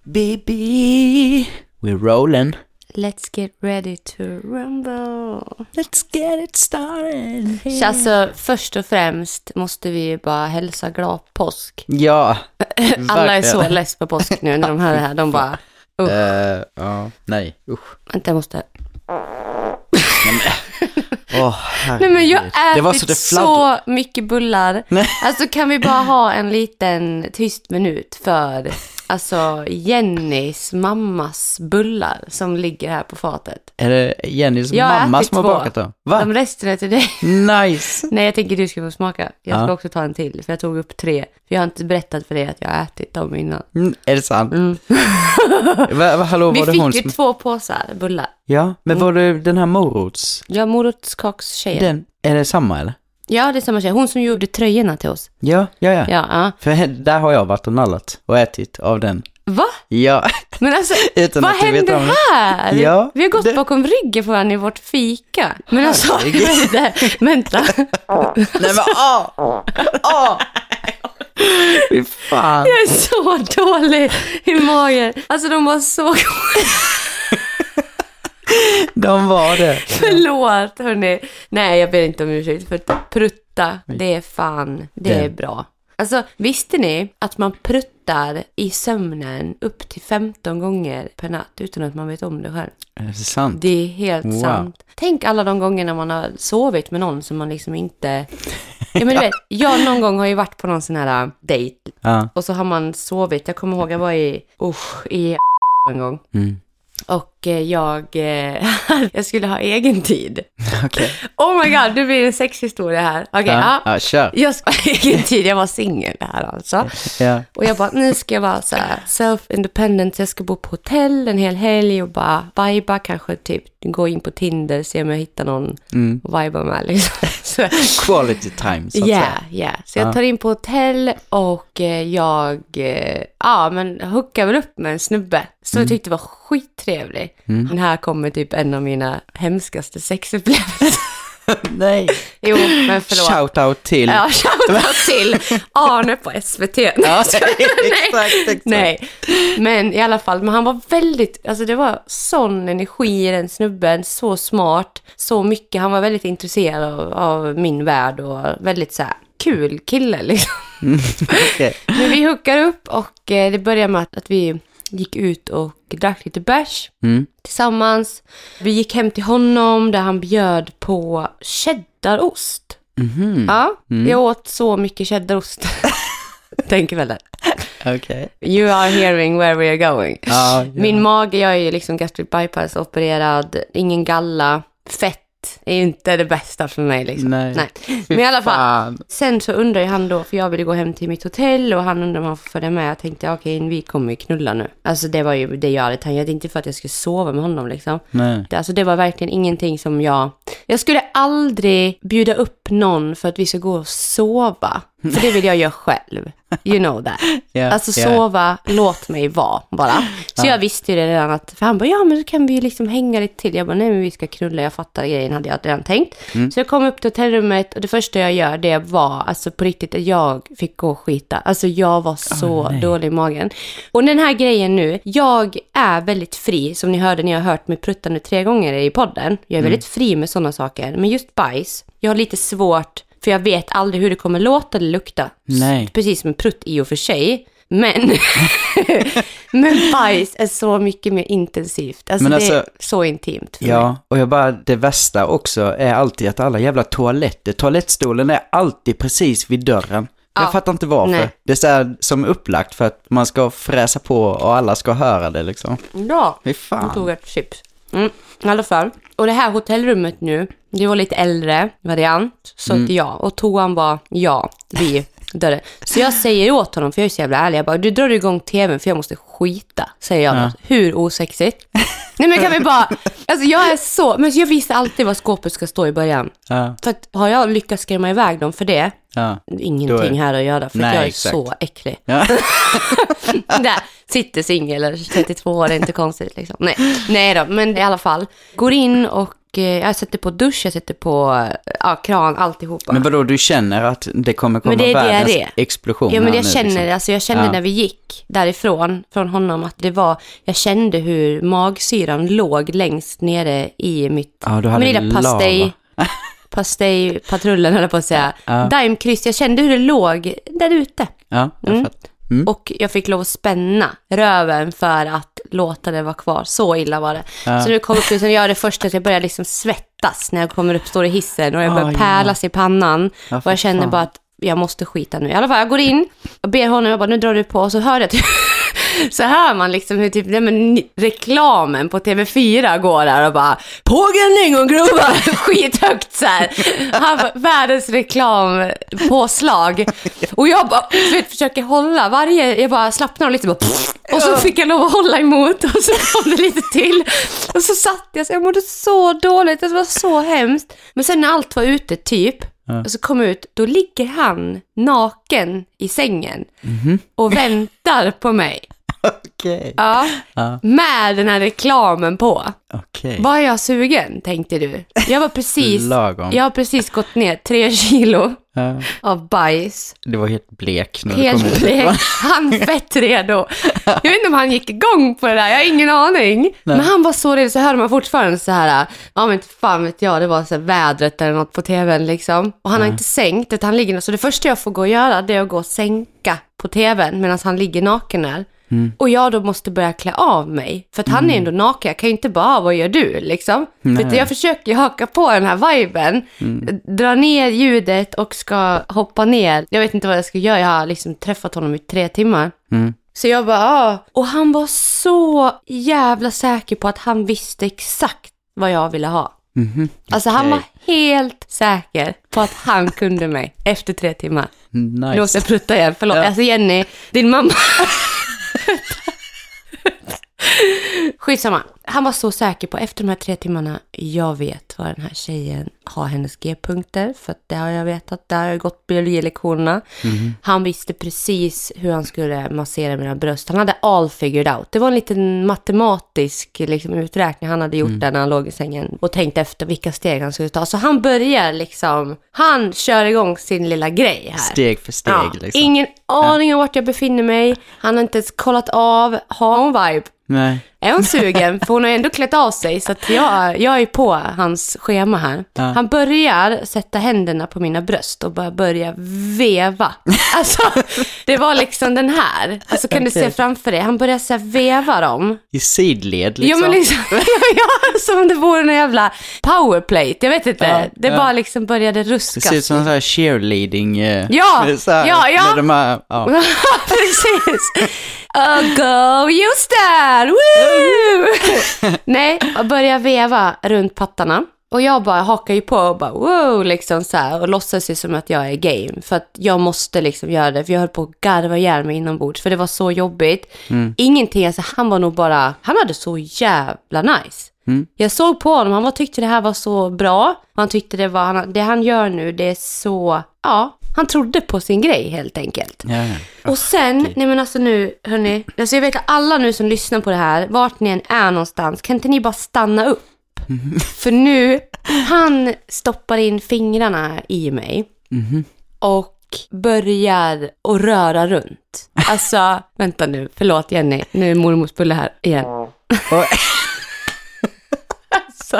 Baby, we're rolling. Let's get ready to rumble. Let's get it started. Så alltså, först och främst måste vi bara hälsa glad påsk. Ja, alla är så less på påsk nu när de hör det här. De bara, ja, nej, usch. Vänta, jag måste... Nej, men jag ätit så mycket bullar. Nej. Alltså kan vi bara ha en liten tyst minut för alltså Jennys mammas bullar som ligger här på fatet. Är det Jennys mamma som har bakat dem? Va? De resten är till dig. Nice. Nej, jag tänker du ska få smaka. Jag ska också ta en till för jag tog upp 3. För jag har inte berättat för dig att jag har ätit dem innan. Är det sant? Hallå, vi var det fick hon ju 2 påsar bullar. Ja, men var det den här morots? Ja, morotskakstjejen. Är det samma eller? Ja, det är samma tjej. Hon som gjorde tröjorna till oss. Ja. Ja. För där har jag varit och nallat och ätit av den. Va? Ja. Men alltså, utan vad händer här? Ja, vi har gått bakom ryggen på varandra i vårt fika. Men alltså, vänta. Nej men, fy fan. Jag är så dålig i magen. Alltså, de var så De var det. Förlåt, hörni. Nej, jag ber inte om ursäkt för prutta. Det är fan, det är bra. Alltså, visste ni att man pruttar i sömnen upp till 15 gånger per natt utan att man vet om det själv? Är det sant? Det är helt sant. Tänk alla de gångerna man har sovit med någon som man liksom inte... Ja, men du vet, jag någon gång har ju varit på någon sån här dejt. Och så har man sovit. Jag kommer ihåg, jag var i en gång. Och jag skulle ha egen tid. Okay. Oh my god, det blir en sexhistoria här. Okej, kör. Jag ska ha egen tid, jag var singel här alltså. Och jag bara, nu ska jag vara så här self-independent. Jag ska bo på hotell en hel helg och bara viba, kanske typ gå in på Tinder, se om jag hittar någon och viba med liksom. Quality time, så att säga. Så jag tar in på hotell och jag hookar väl upp med en snubbe. Så jag tyckte det var skittrevlig. Men här kommer typ en av mina hemskaste sexupplevelser. Nej. Jo, men förlåt. Shoutout till. Ja, shoutout till Arne på SVT. Ja, exakt. Nej, men i alla fall, men han var väldigt, alltså det var sån energi i den snubben, så smart, så mycket, han var väldigt intresserad av min värld och väldigt så här kul kille liksom. Okay. Men vi hookar upp och det började med att vi gick ut och drack lite bärs tillsammans. Vi gick hem till honom där han bjöd på cheddarost. Jag åt så mycket cheddarost. Tänker väl det. Okay. You are hearing where we are going. Min mage, jag är ju liksom gastric bypass opererad, ingen galla, fett är ju inte det bästa för mig liksom. Nej. Men i alla fall, sen så undrar han då, för jag ville gå hem till mitt hotell och han undrar om han får följa med. Jag tänkte, okej, vi kommer ju knulla nu. Alltså det var ju det jag hade tänkt, inte för att jag skulle sova med honom liksom. Det var verkligen ingenting som jag skulle aldrig bjuda upp någon för att vi ska gå och sova. För det vill jag göra själv. You know that. Sova, låt mig vara bara. Så jag visste ju det redan att, för han bara, men då kan vi liksom hänga lite till. Jag bara, nej men vi ska knulla, jag fattar grejen, hade jag redan tänkt. Så jag kom upp till hotellrummet och det första jag gör, det var alltså på riktigt att jag fick gå och skita. Alltså jag var så dålig i magen. Och den här grejen nu, jag är väldigt fri, som ni hörde när jag har hört mig prutta nu 3 gånger i podden. Jag är väldigt fri med sådana saker. Men just bajs, jag har lite svårt. För jag vet aldrig hur det kommer låta eller lukta. Nej. Precis som en prutt i och för sig. Men bajs är så mycket mer intensivt. Alltså det är så intimt för mig. Och det värsta också är alltid att alla jävla toalettstolen är alltid precis vid dörren. Jag fattar inte varför. Nej. Det är så här som upplagt för att man ska fräsa på och alla ska höra det liksom. Ja, jag tog ett chips. I alla fall. Och det här hotellrummet nu, det var lite äldre variant. Så att och toan var vi dörren. Så jag säger åt honom, för jag är så jävla ärlig. Jag bara, du drar igång tvn för jag måste skita, säger jag. Hur osexigt. Nej men kan vi bara, alltså jag är så, men jag visste alltid vad skåpet ska stå i början. För att har jag lyckats skrämma iväg dem för det, ingenting här att göra, för att jag är så äcklig. Där sitter singel eller 32 år, det är inte konstigt liksom. Nej då, men i alla fall går in och jag sätter på dusch, jag sätter på kran, alltihopa. Men vadå, du känner att det kommer komma världens explosion? Ja, men jag nu, känner liksom. alltså jag kände när vi gick därifrån från honom att det var, jag kände hur magsyran låg längst nere i mitt pastejpatrullen höll jag på att säga. Daimkryss, jag kände hur det låg där ute. Ja, jag fattar. Och jag fick lov att spänna röven för att låta det vara kvar. Så illa var det. Så nu kom upp och jag det första att jag började liksom svettas när jag kommer upp, står i hissen och jag börjar pärlas i pannan. Och jag känner bara att jag måste skita nu. I alla fall, jag går in och ber honom, jag bara, nu drar du på. Och så hör jag så hör man liksom hur typ reklamen på TV4 går där och bara pågående och grova skithögt så här. Världens reklam påslag. Och jag bara försöker hålla jag bara slappnar och lite bara, och så fick jag lov att hålla emot och så kom det lite till. Och så satt jag mådde så dåligt, det var så hemskt. Men sen när allt var ute typ och så kom ut, då ligger han naken i sängen och väntar på mig. Okej. Ja, med den här reklamen på. Okej. Var jag sugen, tänkte du? Jag har precis gått ner 3 kilo av bajs. Det var helt blek när helt du kom blek. Han fett redo. Jag vet inte om han gick igång på det där, jag har ingen aning. Nej. Men han var så redo, så hörde man fortfarande så här, men inte fan vet jag, det var så här vädret eller något på tvn liksom. Och han har inte sänkt, utan han ligger, så det första jag får gå och göra, det är att gå och sänka på tvn medan han ligger naken där. Och jag då måste börja klä av mig. För att han är ändå naken. Jag kan ju inte bara, vad gör du liksom? För jag försöker haka på den här viben. Dra ner ljudet och ska hoppa ner. Jag vet inte vad jag ska göra. Jag har liksom träffat honom i 3 timmar. Så jag bara, och han var så jävla säker på att han visste exakt vad jag ville ha. Alltså han var helt säker på att han kunde mig efter 3 timmar. Nice. Nu måste jag prutta igen, förlåt. Alltså Jenny, din mamma. Skitsamma. Han var så säker på efter de här 3 timmarna, jag vet vad den här tjejen har hennes G-punkter, för att det har jag vetat, där har jag gått biologilektionerna. Han visste precis hur han skulle massera mina bröst. Han hade all figured out. Det var en liten matematisk liksom, uträkning han hade gjort där när han låg i sängen och tänkte efter vilka steg han skulle ta. Så han börjar liksom, han kör igång sin lilla grej här. Steg för steg liksom. Ingen aning om vart jag befinner mig. Han har inte ens kollat av, har hon vibe? Nej. Är hon sugen? För hon har ändå klätt av sig. Så att jag är på hans schema här. Han börjar sätta händerna på mina bröst och börjar veva. Alltså, det var liksom den här. Alltså kan du se framför dig. Han börjar så här veva dem. I sidled liksom. Ja, men liksom, som det vore en jävla powerplate. Jag vet inte. Det bara liksom började ruskas. Det ser ut som en sån här cheerleading. Ja. Med de här, precis. Go just that! Woo! Nej, jag börjar veva runt pattarna. Och jag bara hakar ju på och bara wow, liksom så här, och låtsas ju som att jag är game. För att jag måste liksom göra det. För jag höll på att garva ihjäl mig inombords. För det var så jobbigt. Ingenting, alltså han var nog bara, han hade så jävla nice. Jag såg på honom, han tyckte det här var så bra. Han tyckte det han gör nu, det är så, han trodde på sin grej helt enkelt. Och sen, nej men alltså nu, hörni, alltså jag vet att alla nu som lyssnar på det här, vart ni än är någonstans, kan inte ni bara stanna upp? För nu, han stoppar in fingrarna i mig och börjar att röra runt. Alltså, vänta nu, förlåt Jenny, nu är mormors bulle här igen. Alltså,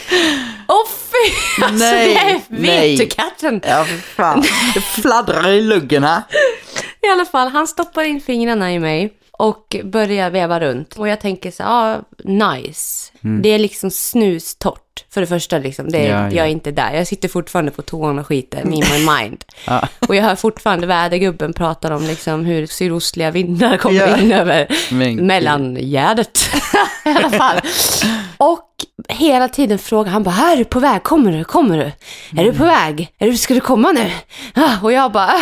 fy! Alltså, nej, vet du katten? Ja, för fan. Det fladdrar i luggen här. I alla fall, han stoppar in fingrarna i mig och börjar veva runt. Och jag tänker så nice. Det är liksom snustort. För det första liksom, jag är inte där. Jag sitter fortfarande på toan och skiter, me my mind. Och jag hör fortfarande vädergubben prata om liksom hur sydostliga vindar kommer in över mellangärdet. I alla fall. Och hela tiden frågar han bara, är du på väg? Kommer du? Är du på väg? Ska du komma nu? Och jag bara,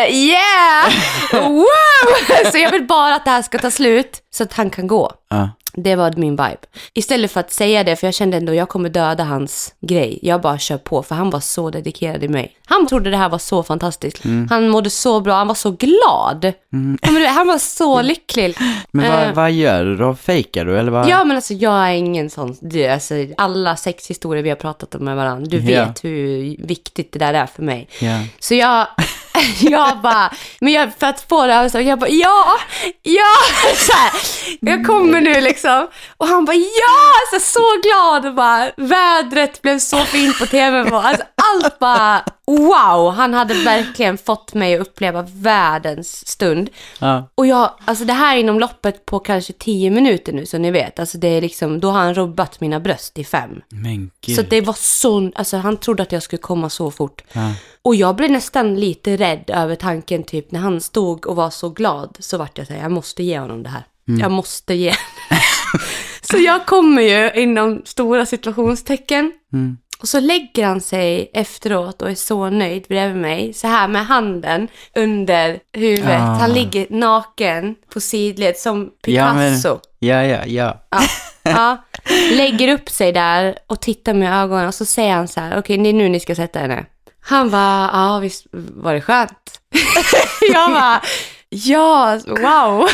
yeah! Wow! Så jag vill bara att det här ska ta slut så att han kan gå. Det var min vibe. Istället för att säga det, för jag kände ändå jag kommer döda hans grej. Jag bara kör på, för han var så dedikerad i mig. Han trodde det här var så fantastiskt. Han mådde så bra, han var så glad. Han var så lycklig. Men vad gör du då? Fejkar du eller vad? Ja, men alltså jag är ingen sån. Alltså, alla sexhistorier vi har pratat om med varandra, du vet hur viktigt det där är för mig. Så jag bara, för att få det här så jag bara, ja, så här, jag kommer nu liksom, och han bara, så glad, och bara, vädret blev så fint på tv, alltså allt bara, wow, han hade verkligen fått mig att uppleva världens stund. Och alltså det här är inom loppet på kanske 10 minuter nu, så ni vet, alltså det är liksom, då har han rubbat mina bröst i 5. Så det var så, alltså han trodde att jag skulle komma så fort. Och jag blev nästan lite rädd över tanken, typ när han stod och var så glad, så vart jag så här, jag måste ge honom det här. Jag måste ge. Så jag kommer ju inom stora situationstecken. Och så lägger han sig efteråt och är så nöjd bredvid mig. Så här med handen under huvudet. Han ligger naken på sidled som Picasso. Ja. Lägger upp sig där och tittar med ögonen. Och så säger han så här, okej, det är nu ni ska sätta henne. Han bara, visst var det skönt. Jag bara, ja, wow.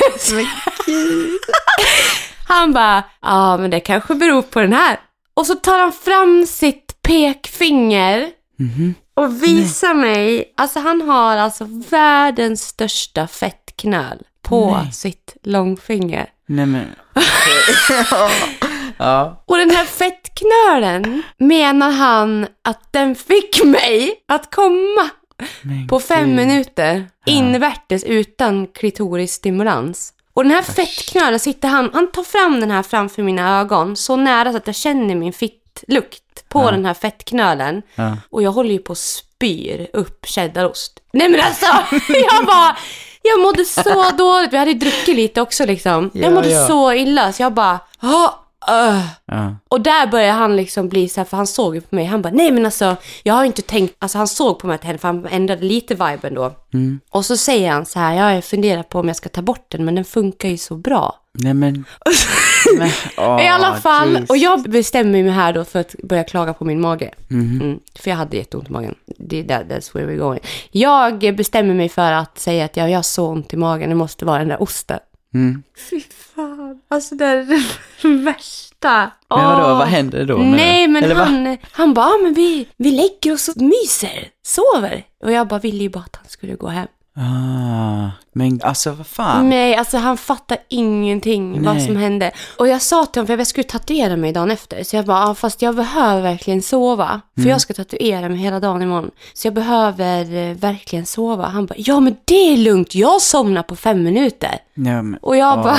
Han bara, men det kanske beror på den här. Och så tar han fram sitt pekfinger och visar mig. Alltså han har alltså världens största fettknöl på sitt långfinger. Nej men. Och den här fettknölen menar han att den fick mig att komma på 5 minuter invärtes utan klitorisstimulans. Och den här fettknölen sitter han tar fram den här framför mina ögon så nära så att jag känner min fittlukt på den här fettknölen. Och jag håller ju på att spyr upp cheddarost. Nej men alltså, jag mådde så dåligt. Vi hade ju druckit lite också liksom. Jag mådde så illa så jag bara, Och där började han liksom bli så här, för han såg ju på mig. Han bara, nej men alltså, jag har inte tänkt, alltså han såg på mig för han ändrade lite viben då. Och så säger han så här, jag funderar på om jag ska ta bort den, men den funkar ju så bra. Nej men i alla fall, geez. Och jag bestämmer mig här då för att börja klaga på min mage. För jag hade jätteont i magen. That's where we're going. Jag bestämmer mig för att säga att jag har så ont i magen, det måste vara den där osten. Fy fan, alltså det är det värsta. Men vadå, vad händer då? Nej, men han bara, men vi lägger oss och myser, sover. Och jag bara ville ju bara att han skulle gå hem. Men alltså vad fan? Nej, alltså han fattar ingenting vad som hände. Och jag sa till honom, för jag skulle tatuera mig dagen efter. Så jag bara, fast jag behöver verkligen sova. För jag ska tatuera mig hela dagen imorgon. Så jag behöver verkligen sova. Han bara, ja men det är lugnt, jag somnar på 5 minuter. Och jag bara,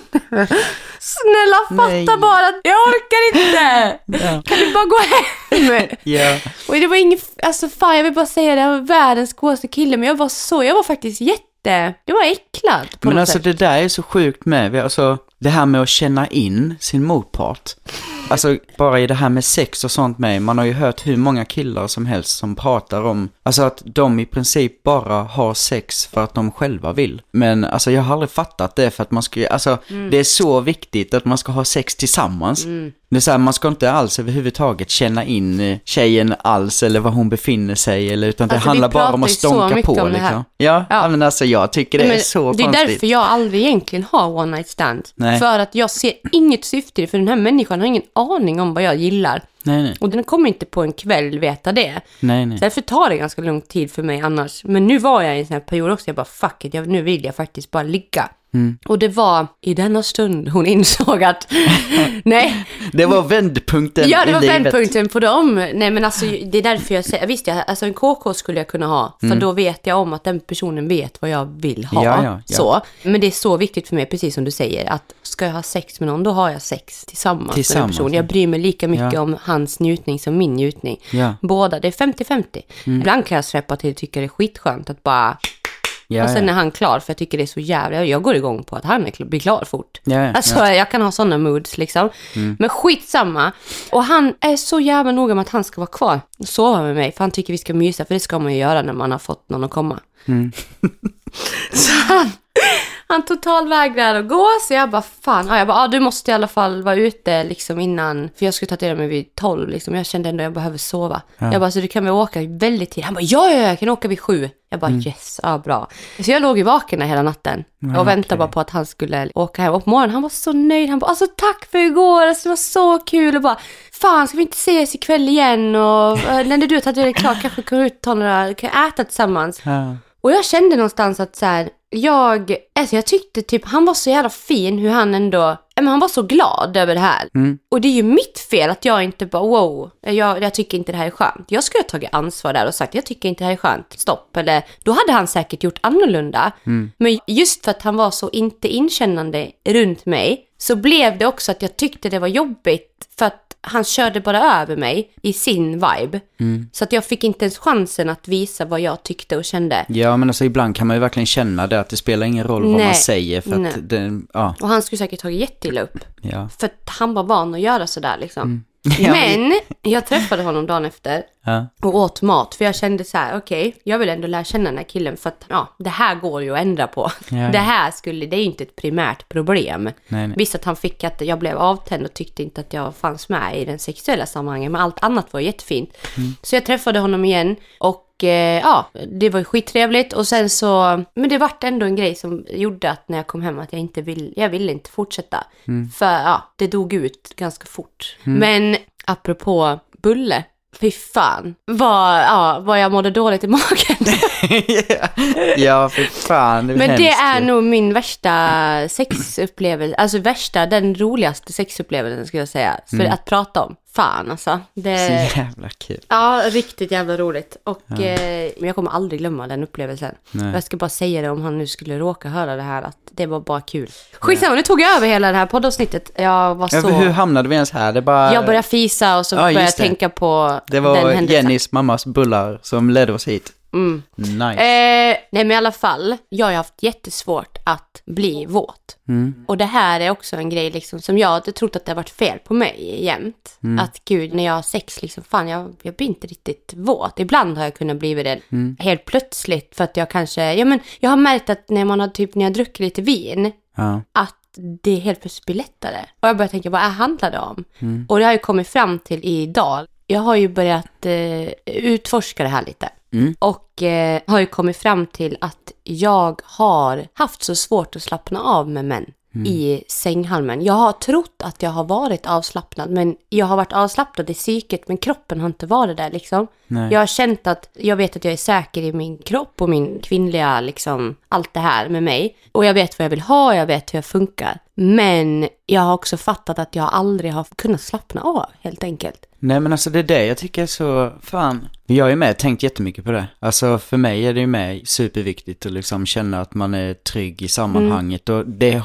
snälla fatta bara, jag orkar inte. Kan du bara gå hem? Och det var alltså fan, jag vill bara säga det, jag var världens godaste kille. Men jag var faktiskt det var äcklad på men något alltså sätt. Det där är så sjukt med, alltså det här med att känna in sin motpart. Alltså bara i det här med sex och sånt med, man har ju hört hur många killar som helst som pratar om, alltså att de i princip bara har sex för att de själva vill. Men alltså jag har aldrig fattat det, för att man ska, alltså det är så viktigt att man ska ha sex tillsammans. Det är så här, man ska inte alls överhuvudtaget känna in tjejen alls eller var hon befinner sig, eller, utan det handlar bara om att stånka på liksom. Ja, men alltså jag tycker det är så konstigt. Det är därför jag aldrig egentligen har one night stand. För att jag ser inget syfte, för den här människan har ingen aning om vad jag gillar. Nej. Och den kommer inte på en kväll veta det. Nej. Så därför tar det ganska lång tid för mig annars. Men nu var jag i en sån här period också. Jag bara, fuck it, nu vill jag faktiskt bara ligga. Och det var i denna stund hon insåg att nej. Det var vändpunkten i livet. Ja, det var vändpunkten på dem. Nej, men alltså det är därför jag säger, visst, alltså en KK skulle jag kunna ha. För då vet jag om att den personen vet vad jag vill ha. Ja. Så. Men det är så viktigt för mig, precis som du säger, att ska jag ha sex med någon, då har jag sex tillsammans med den personen. Jag bryr mig lika mycket om hans njutning som min njutning. Båda, det är 50-50. Ibland kan jag släppa till och tycka det är skitskönt att bara... och sen är han klar, för jag tycker det är så jävla... Jag går igång på att han blir klar fort. Alltså jag kan ha sådana moods liksom. Men skitsamma. Och han är så jävla noga med att han ska vara kvar och sova med mig. För han tycker vi ska mysa, för det ska man ju göra när man har fått någon att komma. Så Han totalvägrar att gå, så jag bara fan. Ja, jag bara, du måste i alla fall vara ute liksom innan, för jag skulle tatuera mig vid 12 liksom. Jag kände ändå att jag behöver sova. Jag bara, så du kan väl åka väldigt tid. Han bara, ja, jag kan åka vid 7. Jag bara, yes, bra. Så jag låg i vaken hela natten och väntade bara på att han skulle åka hem. Och på morgonen, han var så nöjd. Han bara, alltså tack för igår, alltså, det var så kul. Och bara, fan, ska vi inte ses ikväll igen? Och när du tatuerar dig klart, kanske kan ut ta några, kan äta tillsammans. Och jag kände någonstans att så här, jag tyckte typ, han var så jävla fin hur han ändå, men han var så glad över det här. Och det är ju mitt fel att jag inte bara, wow, jag tycker inte det här är skönt. Jag skulle ha tagit ansvar där och sagt, jag tycker inte det här är skönt, stopp. Eller då hade han säkert gjort annorlunda. Men just för att han var så inte inkännande runt mig, så blev det också att jag tyckte det var jobbigt, för att han körde bara över mig i sin vibe. Så att jag fick inte ens chansen att visa vad jag tyckte och kände. Ja, men alltså ibland kan man ju verkligen känna det, att det spelar ingen roll vad man säger. För att det, ja. Och han skulle säkert tagit jätteilla upp. Ja. För att han var van att göra sådär liksom. Men jag träffade honom dagen efter och åt mat, för jag kände så här: okej, jag vill ändå lära känna den här killen, för att det här går ju att ändra på. Det är ju inte ett primärt problem. Visst att han fick att jag blev avtänd och tyckte inte att jag fanns med i den sexuella sammanhangen, men allt annat var jättefint. Så jag träffade honom igen och det var ju skittrevligt. Och sen så, men det var ändå en grej som gjorde att när jag kom hem att jag ville inte fortsätta. För det dog ut ganska fort. Men apropå bulle, fy fan, vad jag mådde dåligt i magen. Ja, fy fan. Det men det är nog min värsta sexupplevelse. Alltså den roligaste sexupplevelsen skulle jag säga. För att prata om. Fan alltså. Det... Så jävla kul. Ja, riktigt jävla roligt. Och men jag kommer aldrig glömma den upplevelsen. Jag ska bara säga det, om han nu skulle råka höra det här, att det var bara kul. Skitsamma, nu tog jag över hela det här poddavsnittet. Jag var så... hur hamnade vi ens här? Det bara... Jag började fisa och så började jag tänka på det var den händelsen. Jennys mammas bullar som ledde oss hit. Nice. Nej, men i alla fall, jag har haft jättesvårt att bli våt. Och det här är också en grej liksom, som jag hade trott att det har varit fel på mig jämt. Att gud, när jag har sex liksom, fan, jag blir inte riktigt våt. Ibland har jag kunnat bli det helt plötsligt, för att jag kanske, jag har märkt att när jag druckit lite vin, att det helt plötsligt blir lättare. Och jag börjar tänka, vad handlar det om? Och det har ju kommit fram till idag. Jag har ju börjat utforska det här lite. Och har ju kommit fram till att jag har haft så svårt att slappna av med män i sänghalmen. Jag har trott att jag har varit avslappnad, men jag har varit avslappnad i psyket, men kroppen har inte varit där liksom. Jag har känt att jag vet att jag är säker i min kropp och min kvinnliga liksom, allt det här med mig. Och jag vet vad jag vill ha, jag vet hur jag funkar. Men jag har också fattat att jag aldrig har kunnat slappna av, helt enkelt. Nej, men alltså det är det jag tycker är så, fan. Jag är med, tänkt jättemycket på det. Alltså för mig är det ju med superviktigt att liksom känna att man är trygg i sammanhanget. Och det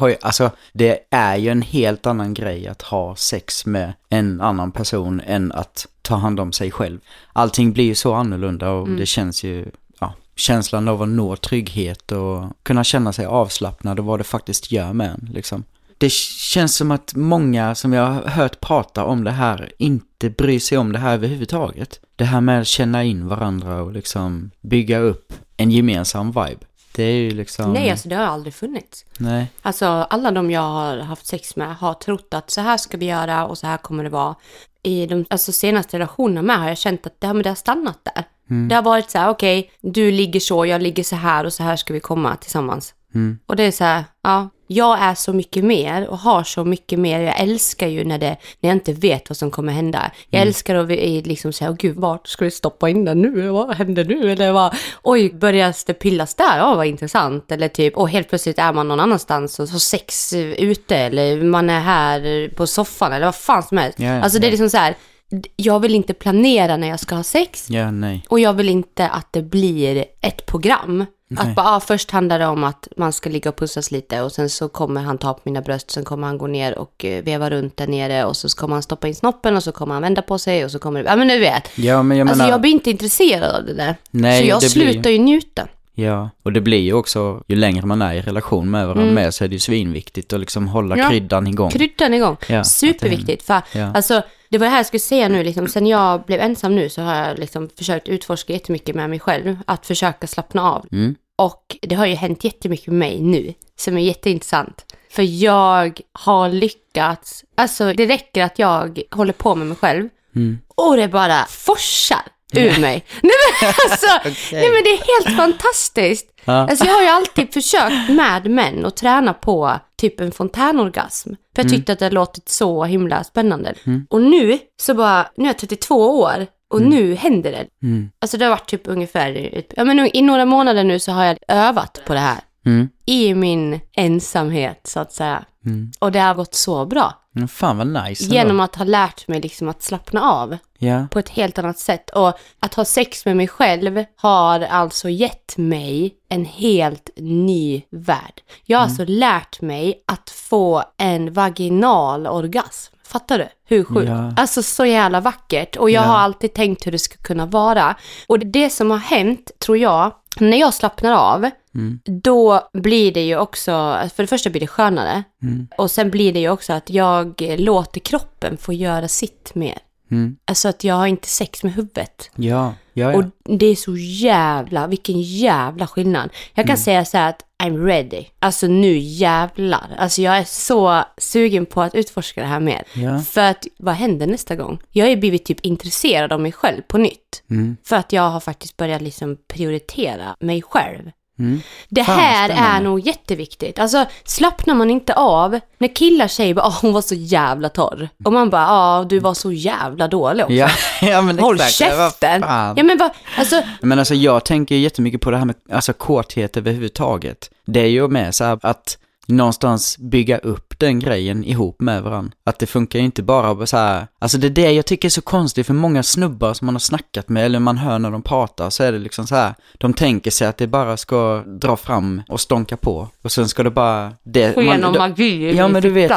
är ju en helt annan grej att ha sex med en annan person än att ta hand om sig själv. Allting blir ju så annorlunda och det känns ju, känslan av att nå trygghet och kunna känna sig avslappnad och vad det faktiskt gör med en liksom. Det känns som att många som jag har hört prata om det här inte bryr sig om det här överhuvudtaget. Det här med att känna in varandra och liksom bygga upp en gemensam vibe. Det är ju liksom... Nej, alltså det har aldrig funnits. Nej. Alltså alla de jag har haft sex med har trott att så här ska vi göra och så här kommer det vara. I de senaste relationerna med har jag känt att det har stannat där. Det har varit så här, okej, du ligger så, jag ligger så här ska vi komma tillsammans. Och det är så här, jag är så mycket mer och har så mycket mer. Jag älskar ju när jag inte vet vad som kommer hända. Jag älskar att liksom säga, gud, vart ska vi stoppa in den nu? Vad händer nu? Eller vad? Oj, börjar det pillas där? Vad intressant. Eller typ, helt plötsligt är man någon annanstans och så sex ute. Eller man är här på soffan eller vad fan som helst. Alltså det är liksom så här, jag vill inte planera när jag ska ha sex. Och jag vill inte att det blir ett program. Att bara, först handlar det om att man ska ligga och pussas lite och sen så kommer han ta på mina bröst, sen kommer han gå ner och veva runt där nere och så kommer han stoppa in snoppen och så kommer han vända på sig och så kommer det, men du vet. Jag blir inte intresserad av det där. Nej, så jag slutar ju njuta. Ja, och det blir ju också, ju längre man är i relation med varandra med, så är det ju svinviktigt att liksom hålla kryddan igång. Ja, superviktigt. För alltså, det var det här jag skulle säga nu, liksom, sen jag blev ensam nu så har jag liksom försökt utforska jättemycket med mig själv. Att försöka slappna av. Och det har ju hänt jättemycket med mig nu som är jätteintressant. För jag har lyckats, alltså det räcker att jag håller på med mig själv och det bara forsar ur mig. Nej men alltså, nej men det är helt fantastiskt. Alltså jag har ju alltid försökt med män och träna på typ en fontänorgasm. För jag tyckte att det låtit så himla spännande. Och nu så bara, nu är jag 32 år och nu händer det. Alltså det har varit typ ungefär, ja men i några månader nu så har jag övat på det här. I min ensamhet så att säga. Och det har gått så bra. Fan vad nice. Genom att ha lärt mig liksom att slappna av på ett helt annat sätt. Och att ha sex med mig själv har alltså gett mig en helt ny värld. Jag har alltså lärt mig att få en vaginal orgasm. Fattar du? Hur sjukt? Ja. Alltså så jävla vackert. Och jag har alltid tänkt hur det ska kunna vara. Och det som har hänt, tror jag, när jag slappnar av, då blir det ju också, för det första blir det skönare. Och sen blir det ju också att jag låter kroppen få göra sitt mer. Alltså att jag har inte sex med huvudet. Ja. Och det är så vilken jävla skillnad. Jag kan säga så här att I'm ready. Alltså nu jävlar. Alltså jag är så sugen på att utforska det här mer. För att vad händer nästa gång? Jag är blivit typ intresserad av mig själv på nytt. För att jag har faktiskt börjat liksom prioritera mig själv. Det här är nog jätteviktigt. Alltså slappnar man inte av när killar säger bara, hon var så jävla torr. Och man bara, du var så jävla dålig också. Ja men håll käften. Ja men vad, alltså. Men alltså jag tänker jättemycket på det här med alltså korthet överhuvudtaget. Det är ju med så här att någonstans bygga upp den grejen ihop med varandra. Att det funkar ju inte bara så här. Alltså det är det jag tycker är så konstigt för många snubbar som man har snackat med eller man hör när de pratar så är det liksom så här. De tänker sig att det bara ska dra fram och stånka på och sen ska det bara magi. Ja men du vet,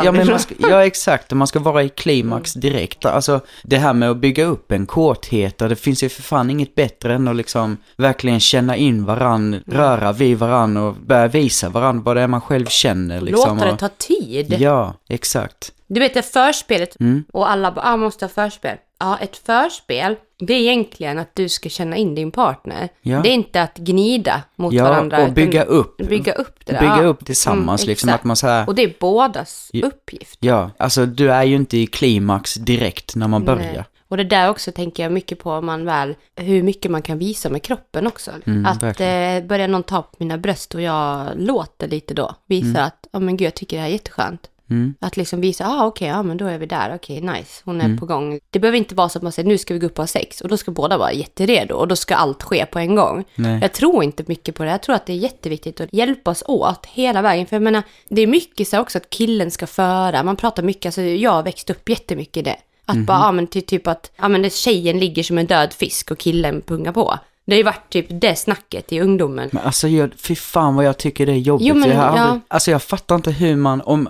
exakt, man ska vara i klimax direkt. Alltså det här med att bygga upp en korthet, det finns ju för fan inget bättre än att liksom verkligen känna in varann, röra vid varann och börja visa varann vad det är man själv känner. Liksom, låta det ta tid. Ja, exakt. Du vet det förspelet och alla bara, måste ha förspel. Ja, ett förspel, det är egentligen att du ska känna in din partner. Ja. Det är inte att gnida mot varandra. Och bygga upp det där. Bygga upp tillsammans. Liksom, att man så här, och det är bådas uppgift. Ja, alltså du är ju inte i klimax direkt när man börjar. Nej. Och det där också tänker jag mycket på om man väl, hur mycket man kan visa med kroppen också. Att börja någon ta på mina bröst och jag låter lite då. Visa att, men gud jag tycker det här är jätteskönt. Att liksom visa, men då är vi där, nice, hon är på gång. Det behöver inte vara så att man säger, nu ska vi gå upp och ha sex. Och då ska båda vara jätteredo och då ska allt ske på en gång. Nej. Jag tror inte mycket på det, jag tror att det är jätteviktigt att hjälpas åt hela vägen. För jag menar, det är mycket så också att killen ska föra, man pratar mycket, alltså jag har växt upp jättemycket i det. Att bara, men typ att tjejen ligger som en död fisk och killen pungar på. Det har ju varit typ det snacket i ungdomen. Men alltså, fy fan vad jag tycker det är jobbigt. Jo, men, jag fattar inte hur man,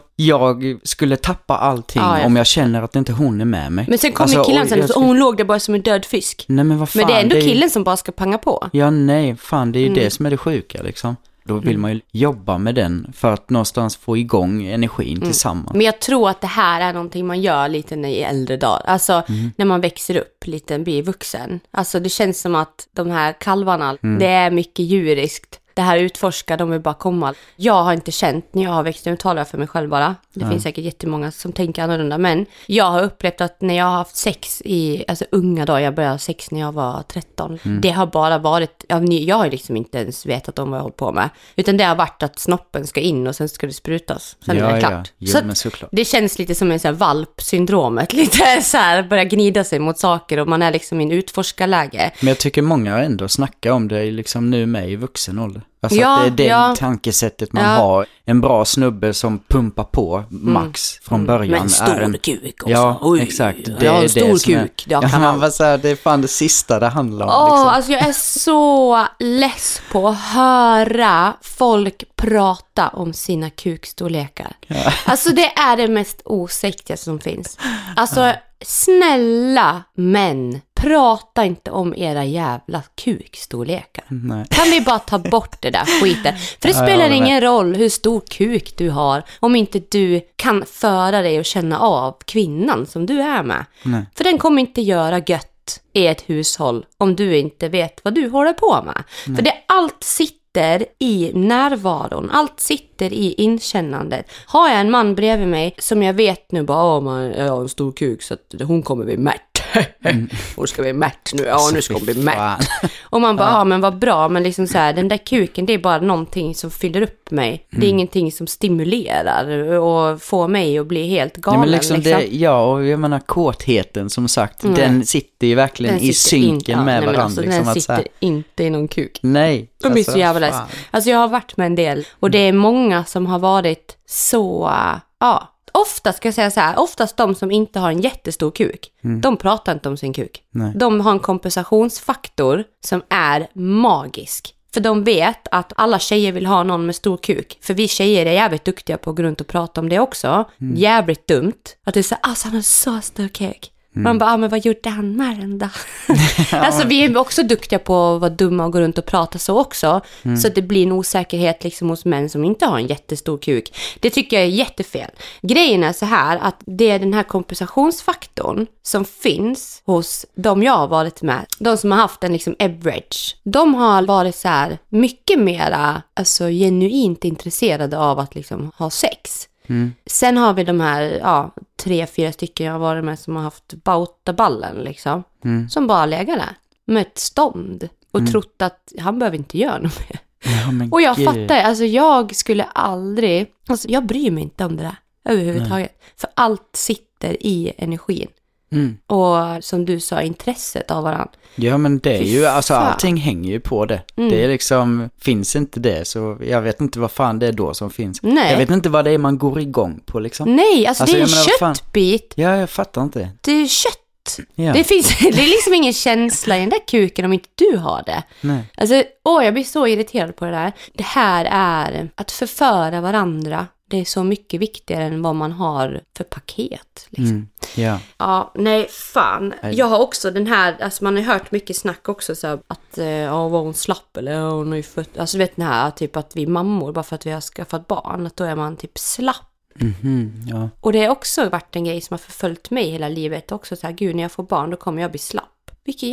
jag skulle tappa allting om jag känner att inte hon är med mig. Men sen kommer killen sen och hon låg där bara som en död fisk. Nej men vad fan. Men det är ändå killen som bara ska panga på. Ja nej, fan det är ju det som är det sjuka liksom. Då vill man ju jobba med den för att någonstans få igång energin tillsammans. Men jag tror att det här är någonting man gör lite i äldre dagar. Alltså när man växer upp lite, blir vuxen. Alltså det känns som att de här kalvarna, det är mycket djuriskt. Det här utforskar, de vill bara komma. Jag har inte känt när jag har växt, nu talar jag för mig själv bara. Det finns säkert jättemånga som tänker annorlunda. Men jag har upplevt att när jag har haft sex i unga dagar, jag började ha sex när jag var 13. Det har bara varit, jag har liksom inte ens vetat om vad jag hållit på med. Utan det har varit att snoppen ska in och sen ska det sprutas. Sen är det klart. Ja, men såklart. Det känns lite som en så här valpsyndromet. Lite så här, börja gnida sig mot saker och man är liksom i en utforskarläge. Men jag tycker många ändå snackar om det liksom nu med i vuxen ålder. Alltså att det är det tankesättet man har. En bra snubbe som pumpar på max från början. Men stor kuk också. Ja, exakt. Det är en stor kuk. Det är fan det sista det handlar om. Alltså jag är så less på att höra folk prata om sina kukstorlekar. Ja. Alltså det är det mest osäkra som finns. Alltså snälla män, prata inte om era jävla kukstorlekar. Nej. Kan vi bara ta bort det där skiten? För det spelar ingen roll hur stor kuk du har om inte du kan föra dig och känna av kvinnan som du är med. Nej. För den kommer inte göra gött i ett hushåll om du inte vet vad du håller på med. Nej. För det är allt sitter sitter i närvaron. Allt sitter i inkännandet. Har jag en man bredvid mig som jag vet nu bara, jag har en stor kuk så att hon kommer bli mätt. Hon ska bli mätt nu. Ja, nu ska hon bli mätt. Och man bara, men vad bra. Men liksom så här, den där kuken, det är bara någonting som fyller upp mig. Det är ingenting som stimulerar och får mig att bli helt galen. Ja, men liksom. Det, och jag menar kåtheten som sagt, den sitter ju verkligen i synken med varandra. Alltså, liksom, den sitter inte i någon kuk. Nej. De är så jävla läs. Alltså jag har varit med en del och det är många som har varit så, ofta ska jag säga så här, oftast de som inte har en jättestor kuk, de pratar inte om sin kuk. Nej. De har en kompensationsfaktor som är magisk. För de vet att alla tjejer vill ha någon med stor kuk. För vi tjejer är jävligt duktiga på att gå runt och prata om det också. Jävligt dumt. Att det är så, alltså han har så stor kuk. Man bara, men vad gjorde han med den då? Alltså vi är också duktiga på att vara dumma och gå runt och prata så också. Så att det blir en osäkerhet liksom hos män som inte har en jättestor kuk. Det tycker jag är jättefel. Grejen är så här att det är den här kompensationsfaktorn som finns hos de jag har varit med. De som har haft en liksom average. De har varit så här mycket mera alltså genuint intresserade av att liksom ha sex. Sen har vi de här 3-4 stycken jag har varit med som har haft bautaballen liksom, som bara lägger där med ett stånd och trott att han behöver inte göra något mer. Ja, och jag fattar, alltså jag skulle aldrig, alltså jag bryr mig inte om det där överhuvudtaget. För allt sitter i energin. Och som du sa, intresset av varandra. Ja, men det är ju, alltså allting hänger ju på det. Det är liksom, finns inte det så jag vet inte vad fan det är då som finns. Nej. Jag vet inte vad det är man går igång på liksom. Nej, alltså det är en köttbit. Ja, jag fattar inte. Det är kött. Ja. Det är liksom ingen känsla i den där kuken om inte du har det. Nej. Alltså, jag blir så irriterad på det där. Det här är att förföra varandra. Det är så mycket viktigare än vad man har för paket. Liksom. Ja. Ja, nej, fan. Jag har också den här, alltså man har hört mycket snack också så att var hon slapp eller hon har ju fött, alltså du vet den här typ att vi mammor bara för att vi har skaffat barn, att då är man typ slapp. Ja. Och det har också varit en grej som har förföljt mig hela livet också så här, gud när jag får barn då kommer jag bli slapp. Vilken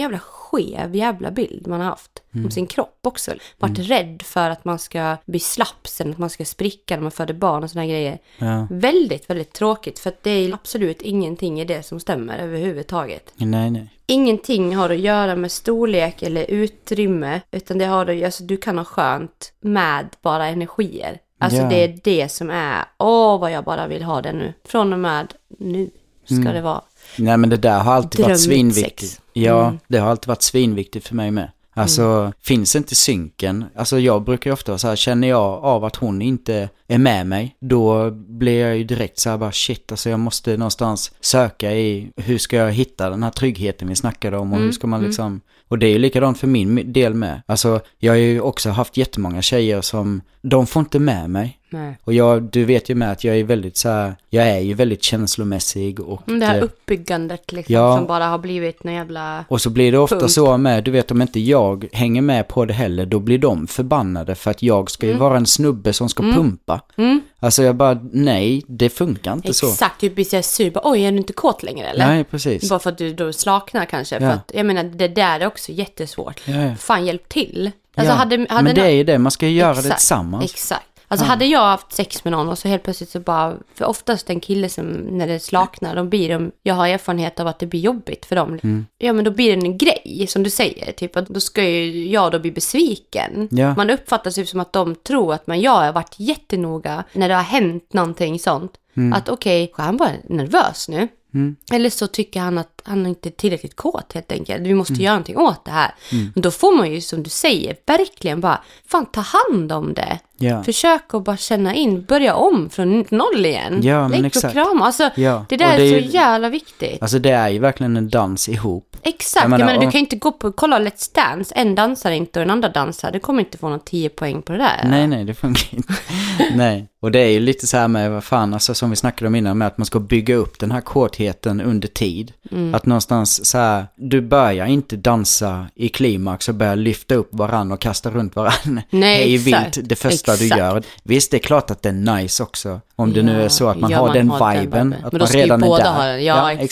jävla bild man har haft om sin kropp också. Varit rädd för att man ska bli slapp sen, att man ska spricka när man föder barn och såna grejer. Ja. Väldigt, väldigt tråkigt för att det är absolut ingenting i det som stämmer överhuvudtaget. Nej. Ingenting har att göra med storlek eller utrymme utan det har att, alltså, du kan ha skönt med bara energier. Alltså det är det som är, vad jag bara vill ha det nu. Från och med nu ska det vara. Nej, men det där har alltid varit svinviktigt. Ja, det har alltid varit svinviktigt för mig med. Alltså, finns inte synken. Alltså, jag brukar ju ofta så här, känner jag av att hon inte är med mig, då blir jag ju direkt så här bara shit, alltså jag måste någonstans söka i hur ska jag hitta den här tryggheten vi snackade om och hur ska man liksom, och det är ju likadant för min del med. Alltså, jag har ju också haft jättemånga tjejer som, de får inte med mig. Nej. Och du vet ju med att jag är väldigt så här, jag är ju väldigt känslomässig och det här uppbyggandet liksom, som bara har blivit en jävla och så blir det ofta så med, du vet om inte jag hänger med på det heller, då blir de förbannade för att jag ska ju vara en snubbe som ska pumpa. Alltså jag bara, nej, det funkar inte så. Exakt, du blir så sur, bara, oj är du inte kåt längre eller? Nej, precis. Bara för att du då slaknar kanske, för att jag menar, det där är också jättesvårt. Fan, hjälp till. Alltså, men det är ju det, man ska ju göra det tillsammans. Exakt. Alltså hade jag haft sex med någon och så helt plötsligt så bara, för oftast en kille som när det slaknar, jag har erfarenhet av att det blir jobbigt för dem. Ja, men då blir det en grej som du säger, typ att då ska ju jag då bli besviken. Ja. Man uppfattar sig som att de tror att jag har varit jättenoga när det har hänt någonting sånt. Att okej, han bara nervös nu. Eller så tycker han att han inte är tillräckligt kåt helt enkelt. Vi måste göra någonting åt det här. Och då får man ju, som du säger, verkligen bara ta hand om det. Ja. Försök att bara känna in, börja om från noll igen. Ja, men lägg och krama. Alltså, det där är så jävla viktigt. Alltså det är ju verkligen en dans ihop. Exakt, jag menar, du kan inte gå på kolla Let's Dance, en dansar inte och en andra dansar. Du kommer inte få någon 10 poäng på det där. Nej, det funkar inte. Nej, och det är ju lite så här med, vad fan, alltså som vi snackade om innan, med att man ska bygga upp den här kåtheten under tid. Att någonstans så här, du börjar inte dansa i klimax och börjar lyfta upp varann och kasta runt varann. Nej, exakt. Vilt det första du gör. Visst, det är klart att det är nice också. Om det nu är så att man har den viben. Att men då man ska redan ju båda är där. ha den. Ja, exakt.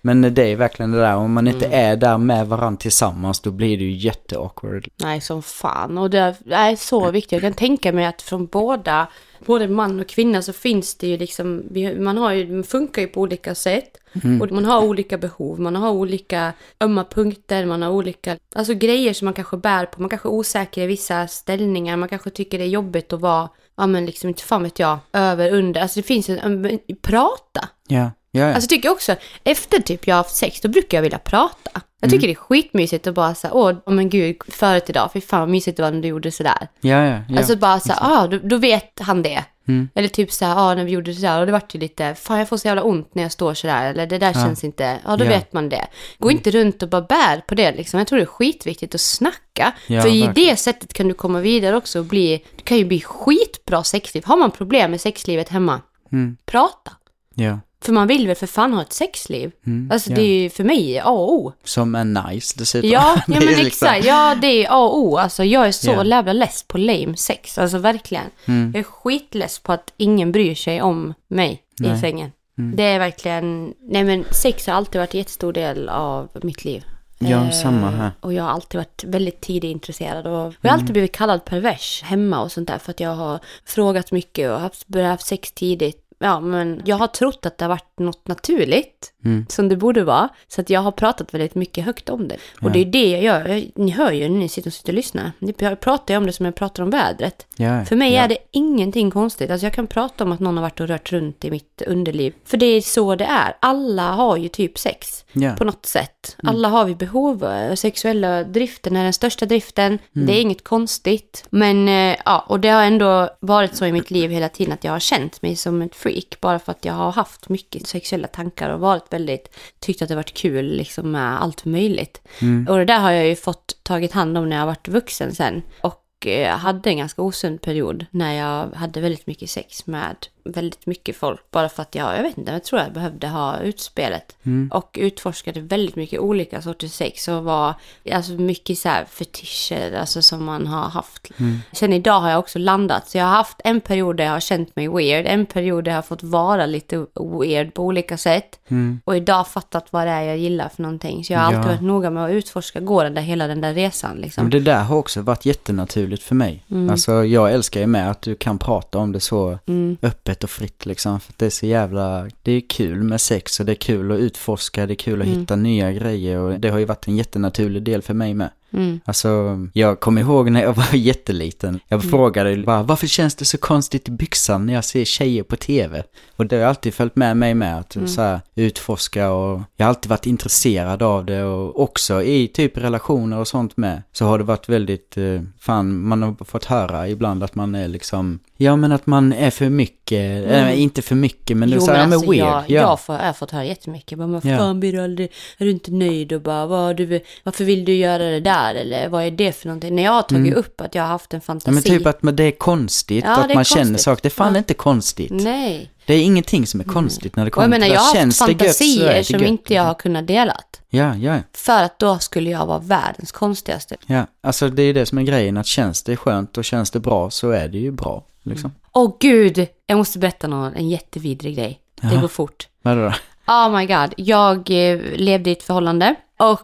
Men det är verkligen det där, om man inte är där med varandra tillsammans, då blir det ju jätteawkward. Nej, som fan. Och det är så viktigt. Jag kan tänka mig att från både man och kvinna så finns det ju liksom, man funkar ju på olika sätt. Och man har olika behov, man har olika ömma punkter, man har olika grejer som man kanske bär på. Man kanske är osäker i vissa ställningar, man kanske tycker det är jobbigt att vara, men liksom inte fan vet jag, över, under. Alltså det finns prata. Ja. Alltså tycker jag också, efter typ jag har haft sex, då brukar jag vilja prata. Jag tycker det är skitmysigt att bara säga, men gud, förut idag, för fan vad mysigt det var när du gjorde sådär. Ja. Alltså bara då vet han det. Eller typ när vi gjorde det där och det vart ju lite, fan jag får så jävla ont när jag står sådär, eller det där känns inte, då vet man det. Gå inte runt och bara bär på det liksom. Jag tror det är skitviktigt att snacka, för i det sättet kan du komma vidare också och det kan ju bli skitbra sexliv. Har man problem med sexlivet hemma, prata. Ja. För man vill väl för fan ha ett sexliv. Det är ju för mig A och O. Som är nice dessutom. Ja men exakt. Ja, det är A och O. Alltså jag är så jävla less på lame sex. Alltså verkligen. Jag är skitless på att ingen bryr sig om mig i sängen. Det är verkligen... Nej men sex har alltid varit en jättestor del av mitt liv. Ja, samma här. Och jag har alltid varit väldigt tidigt intresserad. Och jag har alltid blivit kallad pervers hemma och sånt där. För att jag har frågat mycket och börjat ha sex tidigt. Ja, men jag har trott att det har varit något naturligt som det borde vara. Så att jag har pratat väldigt mycket högt om det. Och det är det jag gör. Ni hör ju när ni sitter och lyssnar. Jag pratar ju om det som jag pratar om vädret. Ja, för mig är det ingenting konstigt. Alltså jag kan prata om att någon har varit och rört runt i mitt underliv. För det är så det är. Alla har ju typ sex på något sätt. Alla har vi behov. Sexuella driften är den största driften. Det är inget konstigt. Men och det har ändå varit så i mitt liv hela tiden att jag har känt mig som ett freak. Bara för att jag har haft mycket sexuella tankar och varit tyckt att det varit kul liksom med allt möjligt. Och det där har jag ju fått tagit hand om när jag varit vuxen sen. Och jag hade en ganska osund period när jag hade väldigt mycket sex med väldigt mycket folk. Bara för att jag vet inte, jag tror jag behövde ha utspelet. Och utforskade väldigt mycket olika sorters sex. Och var mycket så här fetischer som man har haft. Sen idag har jag också landat. Så jag har haft en period där jag har känt mig weird. En period där jag har fått vara lite weird på olika sätt. Och idag fattat vad det är jag gillar för någonting. Så jag har alltid varit noga med att utforska, hela den där resan. Liksom. Men det där har också varit jättenaturligt för mig. Alltså jag älskar ju med att du kan prata om det så öppet och fritt liksom, för det är så jävla, det är kul med sex och det är kul att utforska, det är kul att hitta nya grejer och det har ju varit en jättenaturlig del för mig med. Alltså, jag kommer ihåg när jag var jätteliten. Jag frågade bara, varför känns det så konstigt i byxan när jag ser tjejer på tv? Och det har alltid följt med mig med att så här, utforska och jag har alltid varit intresserad av det och också i typ relationer och sånt med. Så har det varit väldigt, man har fått höra ibland att man är liksom, men att man är för mycket, inte för mycket, men det är så här, men weird. Jag har fått höra jättemycket. Bara, fan blir du aldrig, är du inte nöjd och bara, varför vill du göra det där? Eller vad är det för någonting? När jag har tagit upp att jag har haft en fantasi. Men typ att det är konstigt, att man känner saker. Det är fan inte konstigt. Nej. Det är ingenting som är konstigt när det kommer till det. Jag har haft fantasier som inte jag har kunnat delat. Ja. För att då skulle jag vara världens konstigaste. Ja, alltså det är det som är grejen. Att känns det skönt och känns det bra så är det ju bra. Liksom. Gud, jag måste berätta en jättevidrig grej. Det går fort. Vad då? Oh my god, jag levde i ett förhållande och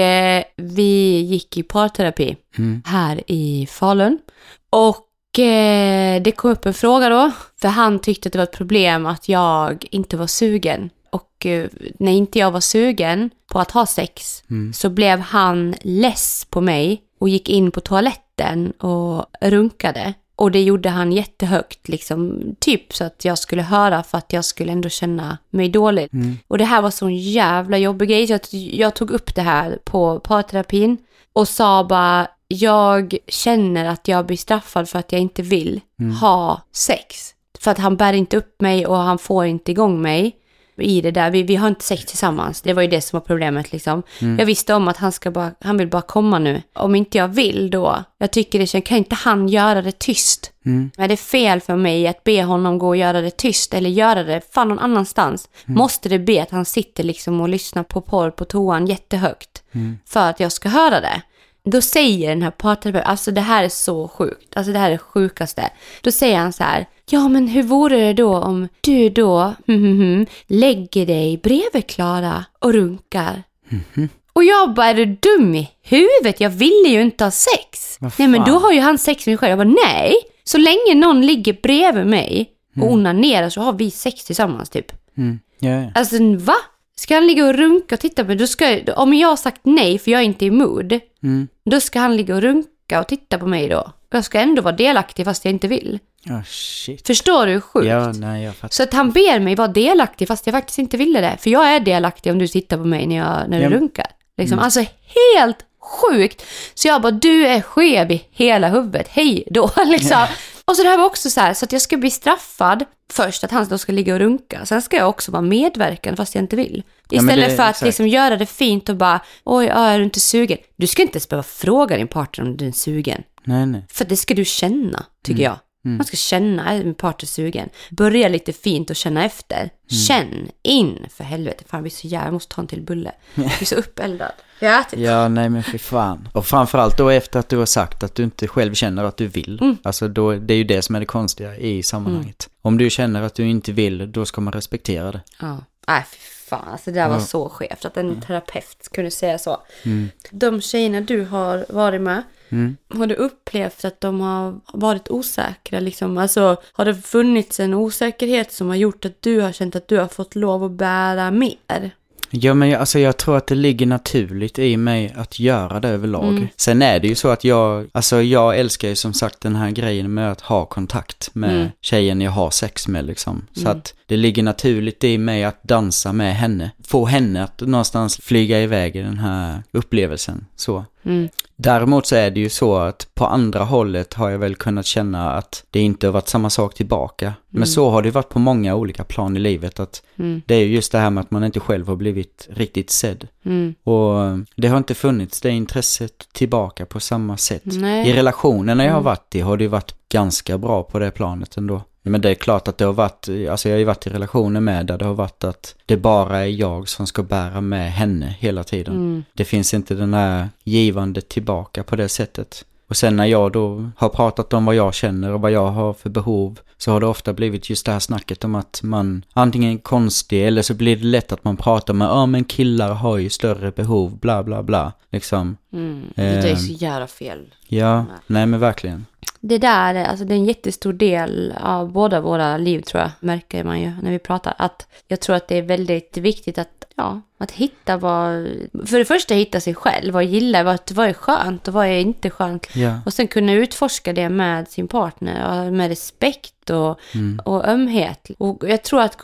vi gick i parterapi här i Falun. Och det kom upp en fråga då. För han tyckte att det var ett problem att jag inte var sugen. Och när inte jag var sugen på att ha sex så blev han less på mig och gick in på toaletten och runkade. Och det gjorde han jättehögt, liksom, typ så att jag skulle höra för att jag skulle ändå känna mig dåligt. Och det här var så en jävla jobbig grej, så att jag tog upp det här på parterapin och sa bara, jag känner att jag blir straffad för att jag inte vill ha sex. För att han bär inte upp mig och han får inte igång mig i det där. Vi har inte sex tillsammans. Det var ju det som var problemet liksom. Jag visste om att han vill bara komma nu. Om inte jag vill då. Jag tycker kan inte han göra det tyst? Är det fel för mig att be honom gå och göra det tyst? Eller göra det fan någon annanstans? Måste det be att han sitter liksom och lyssnar på porr på toan jättehögt? För att jag ska höra det? Då säger den här partnern, alltså det här är så sjukt. Alltså det här är det sjukaste. Då säger han så här, ja men hur vore det då om du då lägger dig bredvid Klara och runkar? Och jag bara, är du dum i huvudet? Jag ville ju inte ha sex. Nej, men då har ju han sex med mig själv. Jag bara, nej. Så länge någon ligger bredvid mig och onanerar så har vi sex tillsammans typ. Alltså, va? Ska han ligga och runka och titta på mig? Om jag har sagt nej för jag är inte i mood, då ska han ligga och runka och titta på mig då. Jag ska ändå vara delaktig fast jag inte vill. Shit. Förstår du hur sjukt? Ja, nej, jag fattar. Så att han ber mig vara delaktig fast jag faktiskt inte ville det. För jag är delaktig om du tittar på mig när du runkar. Liksom. Alltså helt sjukt. Så jag bara, du är skev i hela huvudet. Hej då. Liksom. Och så det här var också så här, så att jag ska bli straffad först att han då ska ligga och runka. Sen ska jag också vara medverkande fast jag inte vill. Istället för att liksom göra det fint och bara, oj, är du inte sugen? Du ska inte ens behöva fråga din partner om du är sugen. Nej. För det ska du känna, tycker jag. Man ska känna, är min partner sugen? Börja lite fint och känna efter. Känn in, för helvete. Fan, jag blir så jävla, jag måste ta en till bulle. Jag blir så uppeldad. Ja, nej men för fan. Och framförallt då efter att du har sagt att du inte själv känner att du vill. Alltså då, det är ju det som är det konstiga i sammanhanget. Om du känner att du inte vill, då ska man respektera det. Ja, nej fy fan. Alltså det där var så skevt att en terapeut kunde säga så. De tjejerna du har varit med, har du upplevt att de har varit osäkra? Liksom? Alltså, har det funnits en osäkerhet som har gjort att du har känt att du har fått lov att bära mer? Ja, men jag tror att det ligger naturligt i mig att göra det överlag. Sen är det ju så att jag älskar ju som sagt den här grejen med att ha kontakt med tjejen jag har sex med liksom. Så att det ligger naturligt i mig att dansa med henne. Få henne att någonstans flyga iväg i den här upplevelsen. Så. Däremot så är det ju så att på andra hållet har jag väl kunnat känna att det inte har varit samma sak tillbaka. Men så har det varit på många olika plan i livet. Att det är ju just det här med att man inte själv har blivit riktigt sedd. Och det har inte funnits det intresset tillbaka på samma sätt. Nej. I relationerna jag har varit i har det varit ganska bra på det planet ändå. Men det är klart att det har varit, alltså jag har ju varit i relationer med där det har varit att det bara är jag som ska bära med henne hela tiden. Det finns inte den här givande tillbaka på det sättet. Och sen när jag då har pratat om vad jag känner och vad jag har för behov, så har det ofta blivit just det här snacket om att man antingen är konstig eller så blir det lätt att man pratar med men killar har ju större behov, bla bla bla. Liksom. Det är så jävla fel. Ja, nej men verkligen. Det där, alltså det är en jättestor del av båda våra liv tror jag, märker man ju när vi pratar. Att jag tror att det är väldigt viktigt att hitta för det första hitta sig själv, vad gillar, vad är skönt och vad är inte skönt. Yeah. Och sen kunna utforska det med sin partner med respekt och ömhet. Och jag tror att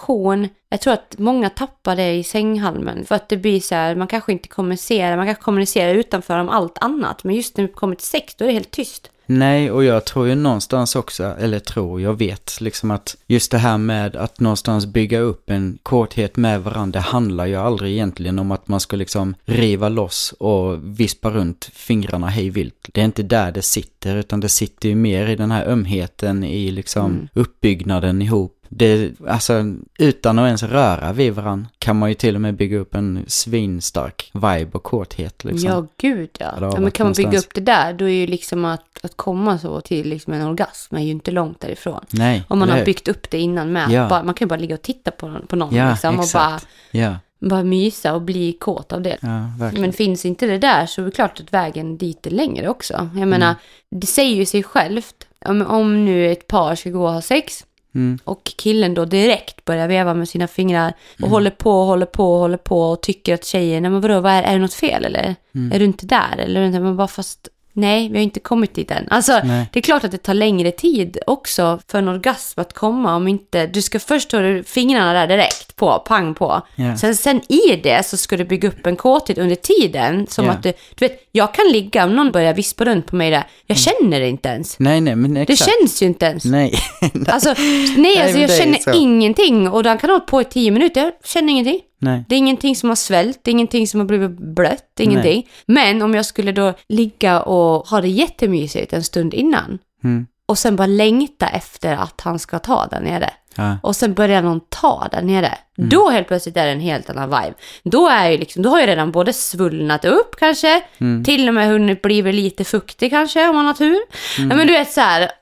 jag tror att många tappar det i sänghalmen för att det blir så här, man kanske kommunicerar utanför om allt annat, men just när det kommer till sex då är det helt tyst. Nej, och jag tror ju någonstans också, jag vet liksom att just det här med att någonstans bygga upp en korthet med varandra handlar ju aldrig egentligen om att man ska liksom riva loss och vispa runt fingrarna hej vilt. Det är inte där det sitter, utan det sitter ju mer i den här ömheten i liksom uppbyggnaden ihop. Alltså utan att ens röra vid varandra kan man ju till och med bygga upp en svinstark vibe och korthet liksom. Ja, gud ja. Men kan man bygga upp det där, då är ju liksom att komma så till liksom en orgasm är ju inte långt därifrån. Nej. Om man har byggt upp det innan med man kan ju bara ligga och titta på någon liksom, exakt. Och bara mysa och bli kåt av det. Ja, men finns inte det där så är det klart att vägen dit är längre också. Jag menar, det säger ju sig självt. Om nu ett par ska gå och ha sex och killen då direkt börjar veva med sina fingrar och håller på och tycker att tjejen, nej men vadå, är det något fel eller? Är du inte där? Eller man bara fast nej, vi har inte kommit dit än. Alltså, det är klart att det tar längre tid också för en orgasm att komma om inte, du ska först ha fingrarna där direkt på, pang på. Yeah. Sen i det så ska du bygga upp en kåthet under tiden som att du vet, jag kan ligga om någon börjar vispa runt på mig där. Jag känner det inte ens. Nej, men exakt. Det känns ju inte ens. Nej. alltså jag känner ingenting och den kan hålla på i 10 minuter. Jag känner ingenting. Nej. Det är ingenting som har svällt, det är ingenting som har blivit blött, ingenting. Nej. Men om jag skulle då ligga och ha det jättemysigt en stund innan och sen bara längta efter att han ska ta där nere. Ja. Och sen börjar någon ta där nere. Då helt plötsligt är det en helt annan vibe. Då har jag redan både svullnat upp kanske, till och med hunnit blivit lite fuktig kanske om man har tur. Men du vet så här,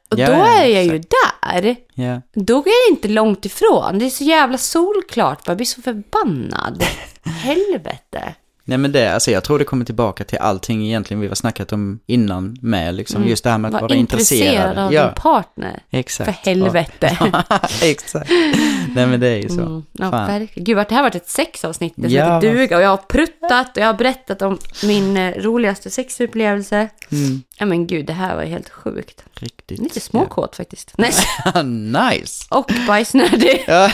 Och då är jag ju där. Yeah. Då är jag inte långt ifrån. Det är så jävla solklart. Jag blir så förbannad. Helvete. Nej men det, alltså jag tror det kommer tillbaka till allting egentligen vi var snackat om innan med liksom just det här med att vara intresserad av din partner. Exakt. För helvete. Exakt. Nej men det är ju så. Ja, verkligen. Gud, det här har varit ett sexavsnitt som heter duga och jag har pruttat och jag har berättat om min roligaste sexupplevelse. Ja men gud, det här var helt sjukt. Riktigt. Lite småkåt faktiskt. Nice. Och bajsnödig. Ja.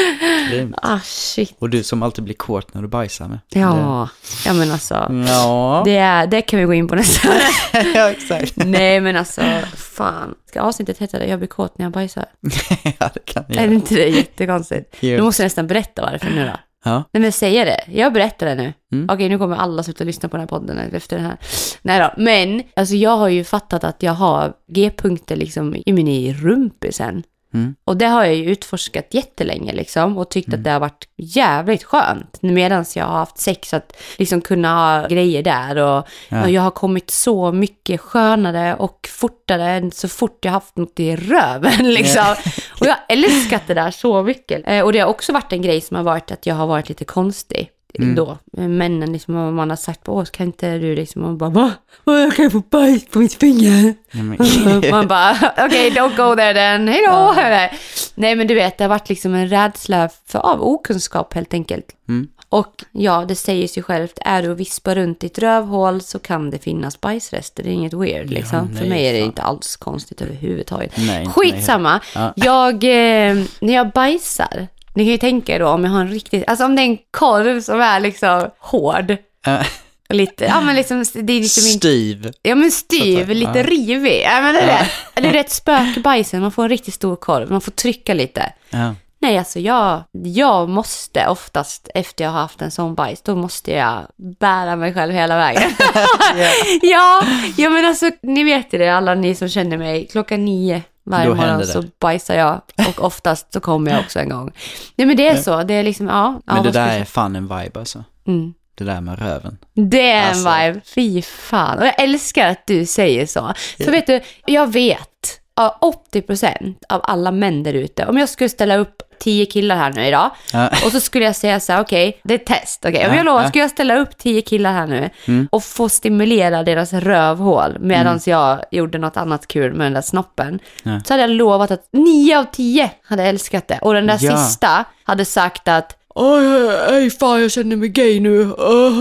Shit. Och du som alltid blir kåt när du bajsar med. Ja men alltså. Det kan vi gå in på nästa. Ja, exakt. Nej men alltså, fan. Ska avsnittet heta det? Jag blir kåt när jag bajsar. Ja, det kan jag. Är det inte det jättekonstigt? Du måste nästan berätta varför nu då. Ja. Nej men säger det. Jag berättar det nu. Okej, nu kommer alla sluta lyssna på den här podden efter den här. Nej då. Men alltså jag har ju fattat att jag har G-punkter liksom i min rumpisen. Och det har jag ju utforskat jättelänge liksom och tyckt att det har varit jävligt skönt medan jag har haft sex att liksom kunna ha grejer där och jag har kommit så mycket skönare och fortare så fort jag haft något i röven liksom. Och jag har älskat det där så mycket. Och det har också varit en grej som har varit att jag har varit lite konstig. Då, männen liksom, man har sagt kan inte du liksom, och bara, va? Jag kan få bajs på mitt finger. Man bara, okej, don't go there then, hejdå. Nej men du vet, det har varit liksom en rädsla av okunskap helt enkelt. Och ja, det säger sig självt, är du och vispar runt i ett rövhål så kan det finnas bajsrester, det är inget weird liksom. Nej, för mig är det inte alls konstigt överhuvudtaget. Skitsamma, när jag bajsar, ni kan ju tänka er då om jag har en riktigt, alltså om det är en korv som är liksom hård. Lite, men liksom det är lite styv. Ja men styv, lite rivig. Ja men det är rätt spökbajsen, man får en riktigt stor korv, man får trycka lite. Nej, alltså jag måste oftast efter jag har haft en sån bajs, då måste jag bära mig själv hela vägen. Ja, men alltså ni vet ju det, alla ni som känner mig, 9:00 varje morgon så bajsar jag och oftast så kommer jag också en gång. Nej men det är så, det är liksom, men det där är fan en vibe alltså. Det där med röven. Det är en vibe, fy fan. Och jag älskar att du säger så. För vet du, jag vet 80% av alla män där ute, om jag skulle ställa upp 10 killar här nu idag och så skulle jag säga så här, okej, det är ett test, okej. Om jag lovar, skulle jag ställa upp 10 killar här nu och få stimulera deras rövhål medan jag gjorde något annat kul med den där snoppen, så hade jag lovat att 9 av 10 hade älskat det. Och den där sista hade sagt att oj, fan, jag känner mig gay nu.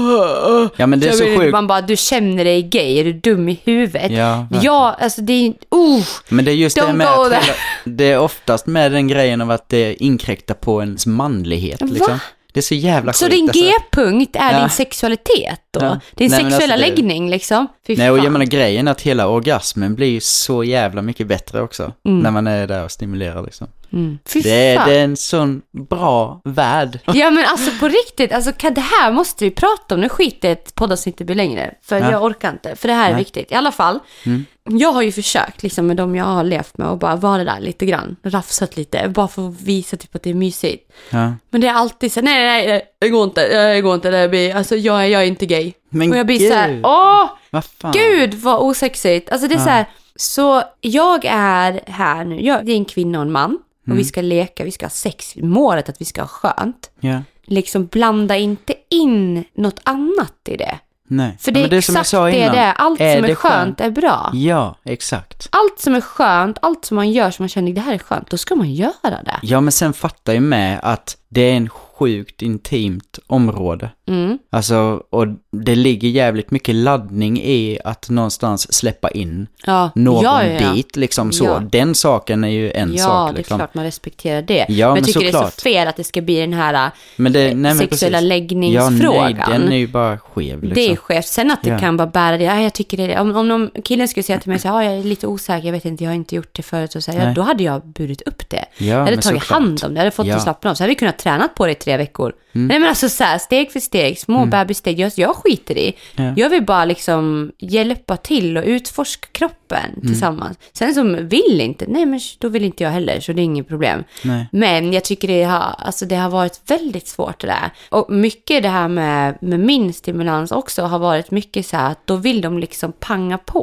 Ja, men det är så sjukt. Man bara, du känner dig gay, är du dum i huvudet? Alltså det är men det är just det med det är oftast med den grejen av att det inkräktar på ens manlighet liksom. Det är så jävla sjukt. Så din G-punkt är din sexualitet då? Din sexuella läggning liksom? Nej, och jag menar grejen att hela orgasmen blir ju så jävla mycket bättre också när man är där och stimulerar liksom. Det är en sån bra värld. Ja men alltså på riktigt, alltså det här måste vi prata om. Nu skiter ett poddavsnitt blir längre, för jag orkar inte, för det här är viktigt. I alla fall, jag har ju försökt liksom med dem jag har levt med och bara vara där lite grann, rafsat lite, bara för att visa typ att det är mysigt. Men det är alltid så, nej, det går inte, det blir, alltså jag är inte gay. Men och jag blir så här, gud vad osexigt. Alltså det är så här, så jag är här nu, det är en kvinna och en man. Och vi ska leka, vi ska ha sex. Målet att vi ska ha skönt. Liksom blanda inte in något annat i det. Nej. För det är exakt som jag sa innan, det. Allt som är skönt är bra. Ja, exakt. Allt som är skönt, allt som man gör som man känner det här är skönt, då ska man göra det. Ja, men sen fattar jag med att det är en sjukt intimt område. Alltså, och det ligger jävligt mycket laddning i att någonstans släppa in någon dit liksom så. Den saken är ju en sak. Ja, det är liksom. Klart man respekterar det. Ja, men jag tycker det är så fel att det ska bli den här sexuella läggningsfrågan. Ja, nej, den är ju bara skev. Liksom. Det är skevt. Sen att det kan bara bära det. Jag tycker det är, om någon killen skulle säga till mig så jag är lite osäker, jag vet inte, jag har inte gjort det förut och så här, då hade jag burit upp det. Jag hade tagit hand om det, jag hade fått det slappna av. Så hade vi kunnat träna på det i 3 veckor. Nej men alltså så här, steg för steg, små bebissteg, jag skiter i. Jag vill bara liksom hjälpa till och utforska kroppen tillsammans. Sen som vill inte, nej men då vill inte jag heller, så det är inget problem. Nej. Men jag tycker det har varit väldigt svårt det där. Och mycket det här med min stimulans också har varit mycket så här att då vill de liksom panga på.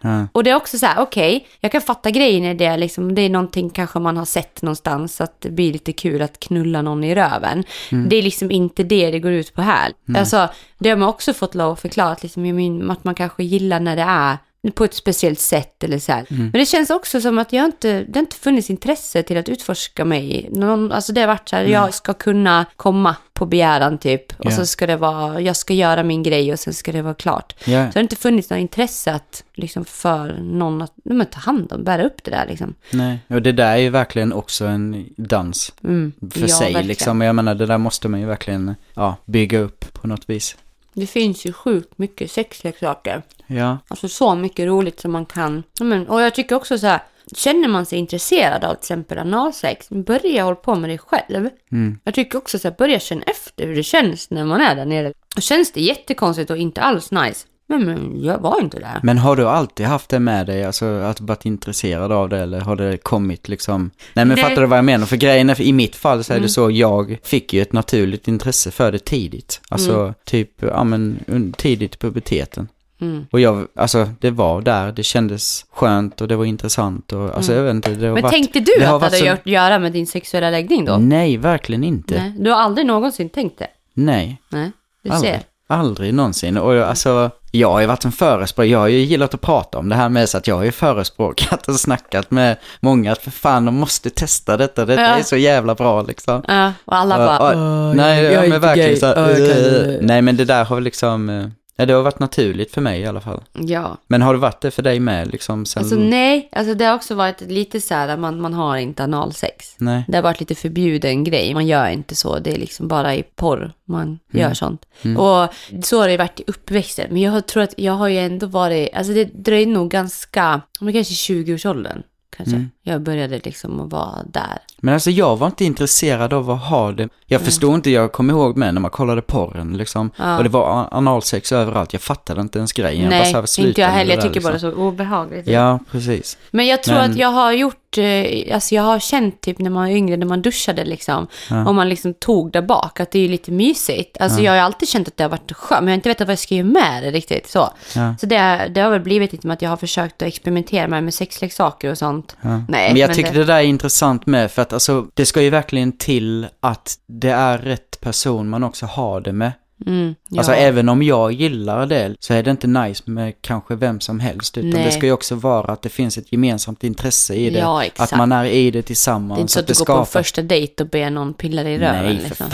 Och det är också så här, okej, jag kan fatta grejen i det liksom, det är någonting kanske man har sett någonstans, att det blir lite kul att knulla någon i röven. Det är liksom inte det går ut på här. Alltså, det har man också fått lov att förklara liksom, att man kanske gillar när det är på ett speciellt sätt eller så här. Men det känns också som att det inte funnits intresse till att utforska mig. Alltså det har varit så här, jag ska kunna komma på begäran typ. Och så ska det vara, jag ska göra min grej och sen ska det vara klart. Så det har inte funnits något intresse att liksom för någon att ta hand om, bära upp det där liksom. Nej, och det där är ju verkligen också en dans för sig verkligen. Liksom. Jag menar, det där måste man ju verkligen bygga upp på något vis. Det finns ju sjukt mycket sexleksaker. Ja. Alltså så mycket roligt som man kan. Och jag tycker också så här, känner man sig intresserad av till exempel analsex, börja hålla på med det själv. Jag tycker också så här, börja känna efter hur det känns när man är där nere. Och känns det jättekonstigt och inte alls nice. Men jag var inte där. Men har du alltid haft det med dig? Alltså att varit intresserad av det? Eller har det kommit liksom... Nej, men fattar du vad jag menar? För grejen är, i mitt fall så är det så, jag fick ju ett naturligt intresse för det tidigt. Alltså typ, tidigt i puberteten. Och det var där, det kändes skönt och det var intressant och alltså jag vet inte, det har Men varit, tänkte du det att det hade att göra med din sexuella läggning då? Nej, verkligen inte. Nej, du har aldrig någonsin tänkt det? Nej, du ser. Aldrig någonsin. Och alltså, jag har ju varit en förespråkare. Jag har ju gillat att prata om det här med, så att jag har ju förespråkat och snackat med många att för fan, de måste testa detta. Detta är så jävla bra liksom. Ja, och alla bara... nej, men verkligen så nej, men det där har liksom... det har varit naturligt för mig i alla fall. Ja. Men har det varit det för dig med liksom sen... Alltså nej, alltså det har också varit lite så här att man har inte analsex. Nej. Det har varit lite förbjuden grej. Man gör inte så, det är liksom bara i porr man gör sånt. Och så har det varit i uppväxten. Men jag tror att jag har ju ändå varit, alltså det dröjer nog ganska, kanske 20-årsåldern. Kanske. Jag började liksom att vara där. Men alltså jag var inte intresserad av att ha det. Jag förstod inte, jag kommer ihåg med när man kollade porren liksom. Och det var analsex överallt. Jag fattade inte ens grejen. Nej, inte jag heller. Jag tycker bara så obehagligt. Ja, precis. Men jag tror att jag har gjort, alltså jag har känt typ när man var yngre, när man duschade liksom. Och man liksom tog där bak, att det är lite mysigt. Alltså jag har alltid känt att det har varit skönt, men jag har inte vetat vad jag ska göra med det riktigt. Så det har väl blivit lite med att jag har försökt att experimentera med sexleksaker och sånt. Nej, men jag tycker det där är intressant med, för att alltså, det ska ju verkligen till att det är rätt person man också har det med. Alltså även om jag gillar det så är det inte nice med kanske vem som helst, utan det ska ju också vara att det finns ett gemensamt intresse i det, att man är i det tillsammans. Det är inte så att du går på första dejt och ber någon pilla i röven. Nej, liksom.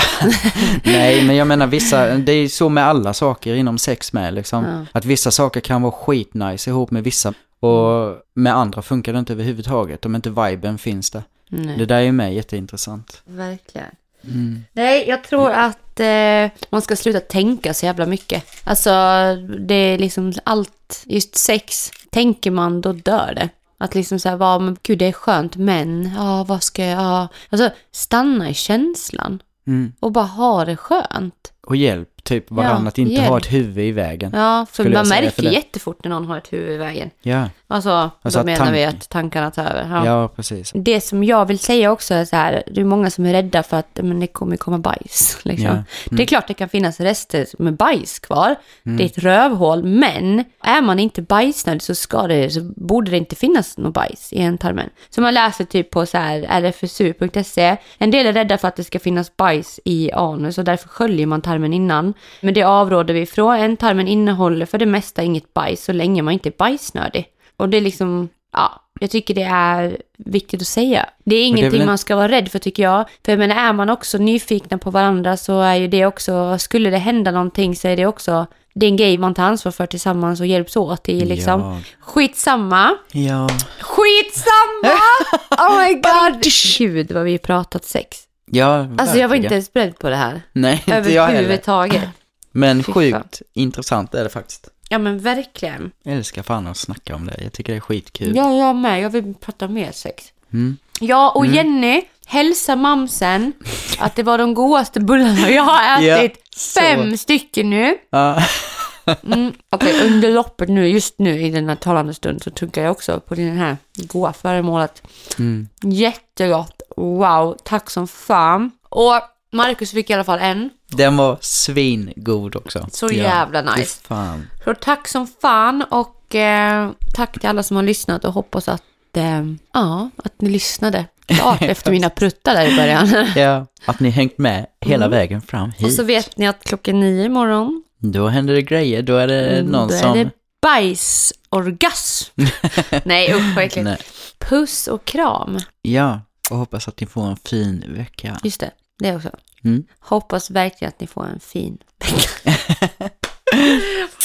Nej, men jag menar det är så med alla saker inom sex med liksom, att vissa saker kan vara skitnice ihop med vissa, och med andra funkar det inte överhuvudtaget om inte viben finns där. Det där är ju med jätteintressant. Verkligen. Nej, jag tror att man ska sluta tänka så jävla mycket. Alltså, det är liksom allt, just sex, tänker man, då dör det. Att liksom så här, men gud, det är skönt, men vad ska jag... Alltså, stanna i känslan och bara ha det skönt. Och hjälp typ varandra att inte ha ett huvud i vägen. Ja, för man märker jättefort när någon har ett huvud i vägen. Ja. Då menar vi att tankarna tar över. Ja, precis. Det som jag vill säga också är så här, det är många som är rädda för att det kommer komma bajs. Liksom. Det är klart det kan finnas rester med bajs kvar. Det är ett rövhål, men är man inte bajsnödig så borde det inte finnas någon bajs i ändtarmen. Så man läser typ på så här rfsu.se. En del är rädda för att det ska finnas bajs i anus och därför sköljer man tarmen innan. Men det avråder vi ifrån. Ändtarmen innehåller för det mesta inget bajs så länge man inte är bajsnödig. Och det är liksom, jag tycker det är viktigt att säga. Det är ingenting man ska vara rädd för, tycker jag. För jag menar, är man också nyfikna på varandra så är ju det också, skulle det hända någonting så är det också, det är en grej man tar ansvar för tillsammans och hjälps åt i liksom. Ja. Skitsamma. Oh my god. Gud vad vi pratat sex. Ja, alltså jag var inte ens beredd på det här. Nej, inte jag heller. Men sjukt intressant är det faktiskt. Ja, men verkligen. Jag älskar fan att snacka om det. Jag tycker det är skitkul. Ja, jag med. Jag vill prata mer sex. Ja, och Jenny, hälsa mamsen att det var de godaste bullarna. Jag har ätit 5 stycken nu. Okej, under loppet nu, just nu i den här talande stund så tuggar jag också på den här goda föremålet. Jättegott. Wow, tack som fan. Och Marcus fick i alla fall en. Den var svingod också. Så jävla nice. Fan. Så tack som fan. Och tack till alla som har lyssnat och hoppas att ni lyssnade klart efter mina pruttar där i början. Ja, att ni hängt med hela vägen fram hit. Och så vet ni att 9:00 imorgon. Då händer det grejer, då är det någon som... Då är det bajsorgasm. Nej, usch verkligen. Nej. Puss och kram. Ja, och hoppas att ni får en fin vecka. Just det också. Hoppas verkligen att ni får en fin vecka.